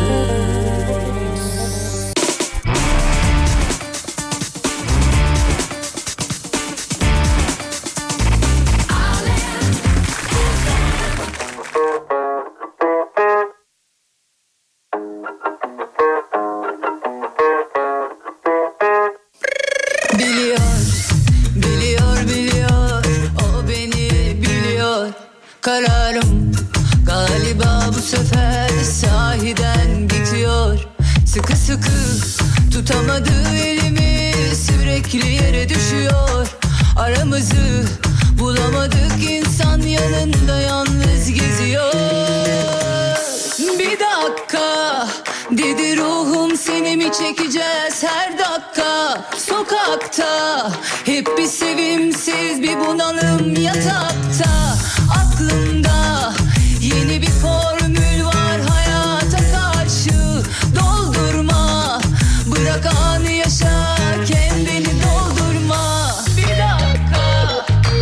Kararım galiba bu sefer sahiden bitiyor. Sıkı sıkı tutamadı elimi, sürekli yere düşüyor. Aramızı bulamadık, insan yanında yalnız geziyor. Bir dakika dedi ruhum, seni mi çekeceğiz her dakika? Sokakta hep bir sevimsiz, bir bunalım yatakta. Aklımda yeni bir formül var hayata karşı. Doldurma, bırak anı yaşa, kendini doldurma. Bir dakika.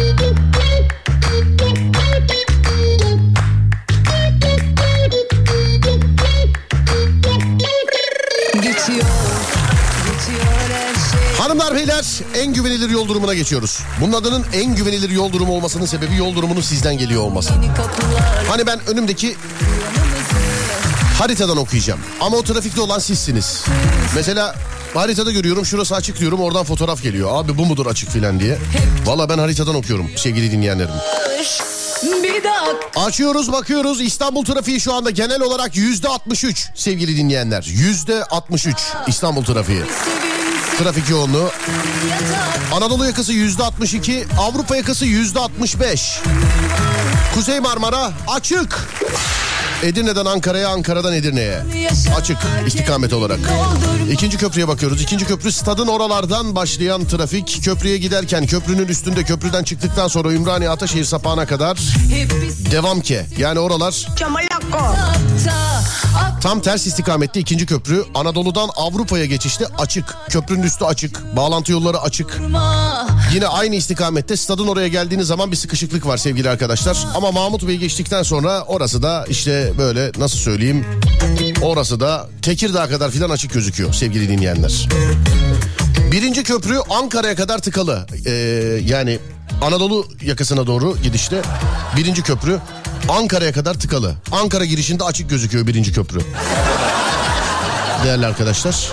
Geçiyor, geçiyor her şey. Hanımlar beyler, en güvenilir yol durumuna geçiyoruz. Bunun adının en güvenilir yol durumu olmasının sebebi yol durumunun sizden geliyor olması. Hani ben önümdeki haritadan okuyacağım ama o trafikte olan sizsiniz. Mesela haritada görüyorum, şurası açık diyorum, oradan fotoğraf geliyor. Abi bu mudur açık filan diye. Valla ben haritadan okuyorum sevgili dinleyenlerim. Bir dakika. Açıyoruz bakıyoruz. İstanbul trafiği şu anda genel olarak yüzde altmış üç sevgili dinleyenler. yüzde altmış üç İstanbul trafiği. Trafik yoğunluğu. Anadolu yakası yüzde altmış iki, Avrupa yakası yüzde altmış beş. Kuzey Marmara açık. Edirne'den Ankara'ya, Ankara'dan Edirne'ye açık istikamet olarak. İkinci köprüye bakıyoruz. İkinci köprü stadın oralardan başlayan trafik. Köprüye giderken köprünün üstünde, köprüden çıktıktan sonra Ümraniye Ataşehir sapağına kadar devam ki. Yani oralar tam ters istikamette ikinci köprü. Anadolu'dan Avrupa'ya geçişte açık. Köprünün üstü açık. Bağlantı yolları açık. Yine aynı istikamette stadın oraya geldiğiniz zaman bir sıkışıklık var sevgili arkadaşlar. Ama Mahmut Bey geçtikten sonra orası da işte böyle nasıl söyleyeyim, orası da Tekirdağ kadar filan açık gözüküyor sevgili dinleyenler. Birinci köprü Ankara'ya kadar tıkalı. Ee, yani Anadolu yakasına doğru gidişte birinci köprü Ankara'ya kadar tıkalı. Ankara girişinde açık gözüküyor birinci köprü. Değerli arkadaşlar.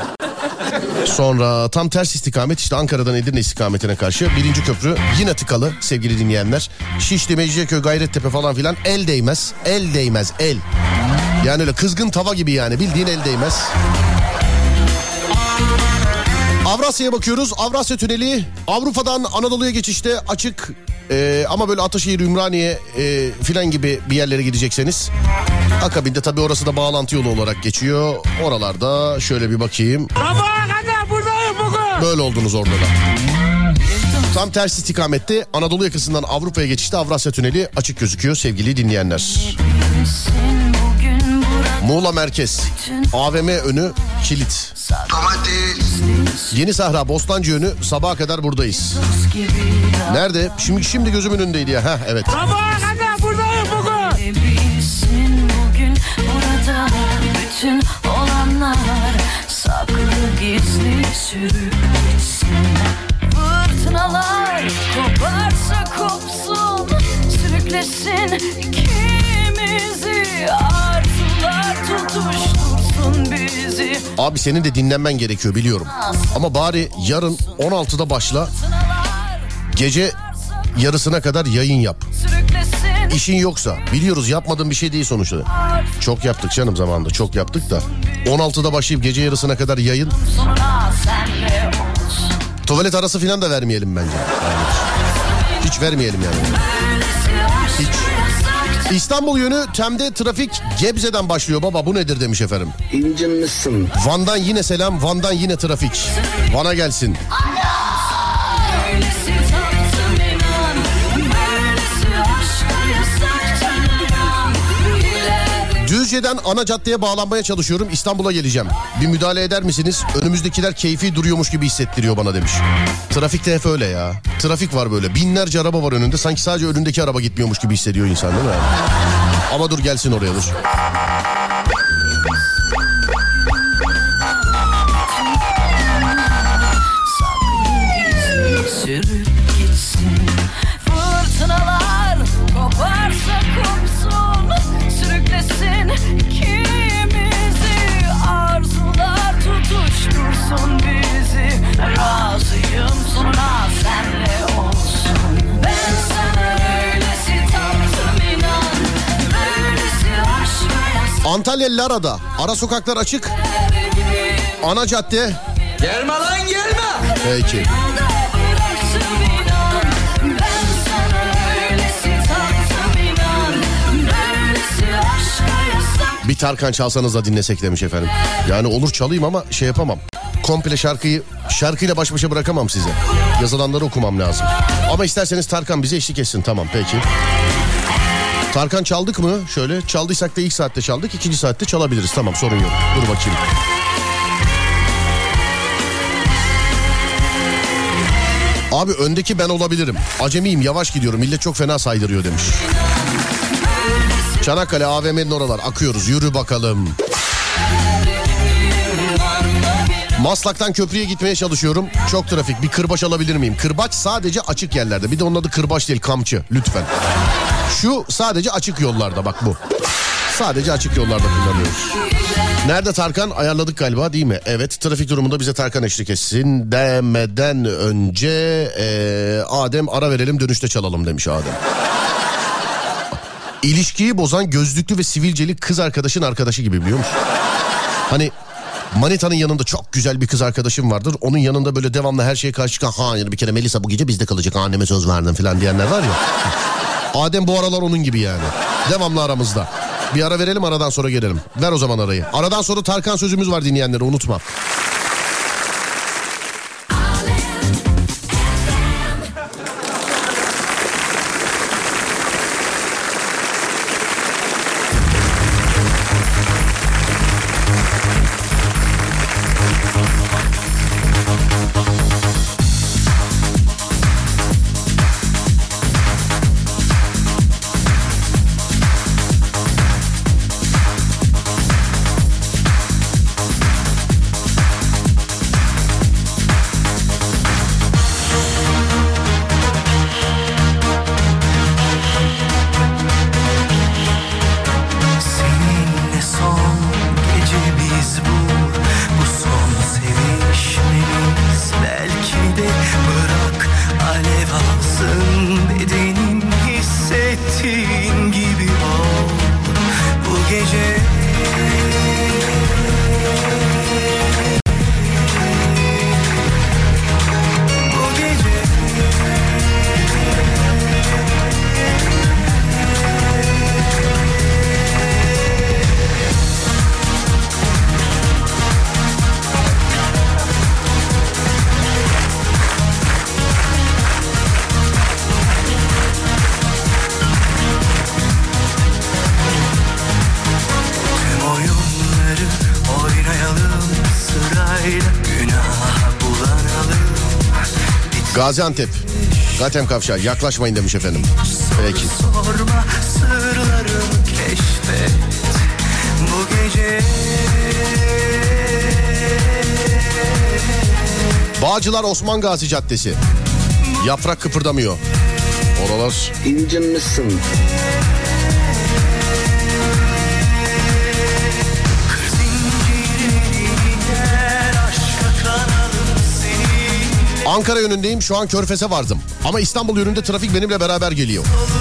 Sonra tam ters istikamet işte Ankara'dan Edirne istikametine karşı birinci köprü yine tıkalı sevgili dinleyenler. Şişli, Mecidiyeköy, Gayrettepe falan filan el değmez. El değmez el. Yani öyle kızgın tava gibi yani, bildiğin el değmez. Avrasya'ya bakıyoruz. Avrasya Tüneli Avrupa'dan Anadolu'ya geçişte açık. Ee, ama böyle Ataşehir, Ümraniye e, filan gibi bir yerlere gidecekseniz akabinde tabii orası da bağlantı yolu olarak geçiyor. Oralarda şöyle bir bakayım. Böyle oldunuz orada da. Tam ters istikamette Anadolu yakasından Avrupa'ya geçişte Avrasya Tüneli açık gözüküyor sevgili dinleyenler. Muğla Merkez A V M önü kilit. Yeni Sahra Bostancı yönü sabaha kadar buradayız. Nerede? Şimdi şimdi gözümün önündeydi ya. Heh, evet. Sabaha kadar buradayım bugün. Bugün burada bütün olanlar saklı gizli sürüp gitsin. Fırtınalar koparsa kopsun, sürüklesin ikimizi, arzular tutuştursun bizi. Abi senin de dinlenmen gerekiyor biliyorum. Ama bari yarın on altıda başla. Gece yarısına kadar yayın yap. İşin yoksa, biliyoruz yapmadığın bir şey değil sonuçta. Çok yaptık canım zamanında, çok yaptık da. on altıda başlayıp gece yarısına kadar yayın. Tuvalet arası falan da vermeyelim bence. Yani hiç vermeyelim yani. Hiç. İstanbul yönü Tem'de trafik Gebze'den başlıyor baba, bu nedir demiş efendim. İncinmişsin. Van'dan yine selam, Van'dan yine trafik. Van'a gelsin. Düzce'den ana caddeye bağlanmaya çalışıyorum. İstanbul'a geleceğim. Bir müdahale eder misiniz? Önümüzdekiler keyfi duruyormuş gibi hissettiriyor bana demiş. Trafikte hep öyle ya. Trafik var böyle. Binlerce araba var önünde. Sanki sadece önündeki araba gitmiyormuş gibi hissediyor insan değil mi? Ama dur gelsin oraya dur. Sürüp gitsin. Fırtınalar koparsa kopsun, sürüklesin ikimizi, arzular tutuştursun bizi. Razıyım sonuna senle olsun. Ben sana öylesi taptım inan, böylesi aşka yasak. Antalya Lara'da ara sokaklar açık. Ana cadde. Gelme lan gelme. Peki. Bir Tarkan çalsanız da dinlesek demiş efendim. Yani olur çalayım ama şey yapamam. Komple şarkıyı şarkıyla baş başa bırakamam size. Yazılanları okumam lazım. Ama isterseniz Tarkan bize eşlik etsin, tamam peki. Tarkan çaldık mı? Şöyle çaldıysak da ilk saatte çaldık, ikinci saatte çalabiliriz, tamam sorun yok. Dur bakayım. Abi öndeki ben olabilirim. Acemiyim, yavaş gidiyorum. Millet çok fena saydırıyor demiş. Çanakkale A V M'nin oralar. Akıyoruz. Yürü bakalım. Maslak'tan köprüye gitmeye çalışıyorum. Çok trafik. Bir kırbaç alabilir miyim? Kırbaç sadece açık yerlerde. Bir de onun adı kırbaç değil, kamçı. Lütfen. Şu sadece açık yollarda, bak bu. Sadece açık yollarda kullanıyoruz. Nerede Tarkan? Ayarladık galiba değil mi? Evet, trafik durumunda bize Tarkan eşlik etsin demeden önce ee, Adem ara verelim dönüşte çalalım demiş Adem. İlişkiyi bozan gözlüklü ve sivilceli kız arkadaşın arkadaşı gibi, biliyor musun? Hani manitanın yanında çok güzel bir kız arkadaşım vardır. Onun yanında böyle devamlı her şeye karşı çıkan, hayır bir kere Melisa bu gece bizde kalacak, anneme söz verdim falan diyenler var ya. Adem bu aralar onun gibi yani. Devamlı aramızda. Bir ara verelim, aradan sonra gelelim. Ver o zaman arayı. Aradan sonra Tarkan sözümüz var dinleyenlere, unutma. Gaziantep. Gatem Kavşağı. Yaklaşmayın demiş efendim. Peki. Sorma, sırlarımı keşfet bu gece. Bağcılar Osman Gazi Caddesi. Yaprak kıpırdamıyor. Oralar. İncinmişsin. Ankara yönündeyim, şu an Körfez'e vardım. Ama İstanbul yönünde trafik benimle beraber geliyor.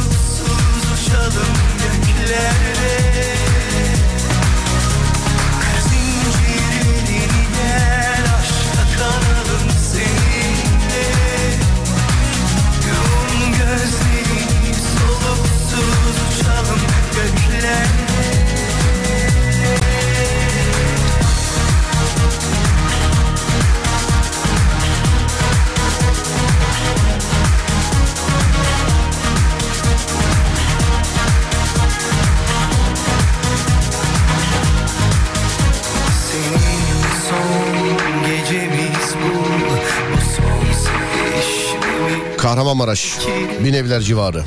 Kahramanmaraş, Binevler civarı.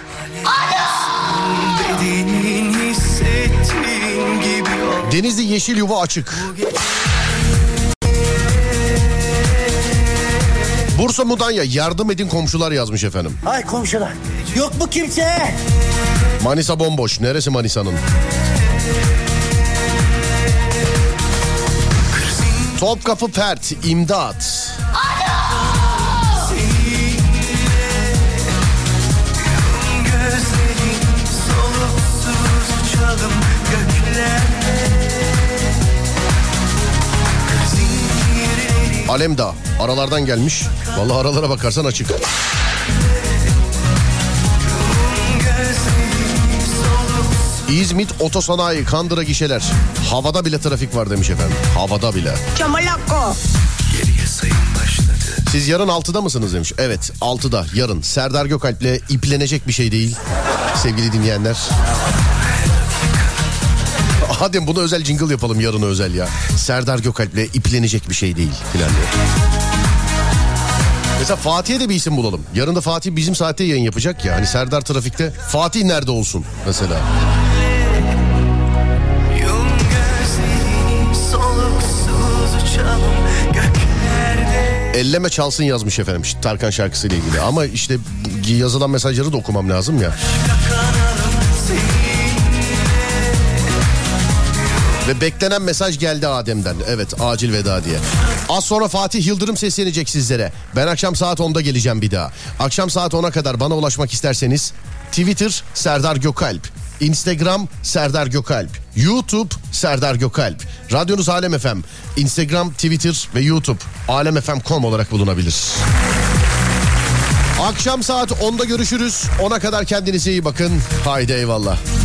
Denizli Yeşil Yuva açık. Bursa Mudanya, yardım edin komşular yazmış efendim. Ay komşular, yok mu kimse? Manisa bomboş. Neresi Manisa'nın? Topkapı Pert, imdat. Alemdağ aralardan gelmiş. Vallahi aralara bakarsan açık. İzmit Otosanayi, Kandıra gişeler. Havada bile trafik var demiş efendim. Havada bile. Çamalakko. Siz yarın altıda mısınız demiş. Evet, altıda yarın. Serdar Gökalp'le iplenecek bir şey değil sevgili dinleyenler. Hadi bunu özel jingle yapalım yarın özel ya. Serdar Gökalp'le iplenecek bir şey değil filan diye. Mesela Fatih'e de bir isim bulalım. Yarın da Fatih bizim saatte yayın yapacak ya. Hani Serdar trafikte. Fatih nerede olsun mesela? Elleme çalsın yazmış efendim Tarkan şarkısıyla ilgili. Ama işte yazılan mesajları da okumam lazım ya. Ve beklenen mesaj geldi Adem'den. Evet, acil veda diye. Az sonra Fatih Yıldırım seslenecek sizlere. Ben akşam saat onda geleceğim bir daha. Akşam saat ona kadar bana ulaşmak isterseniz Twitter Serdar Gökalp, Instagram Serdar Gökalp, YouTube Serdar Gökalp, radyonuz Alem F M, Instagram, Twitter ve YouTube alemfm nokta com olarak bulunabilir. Akşam saat onda görüşürüz. Ona kadar kendinize iyi bakın. Haydi eyvallah.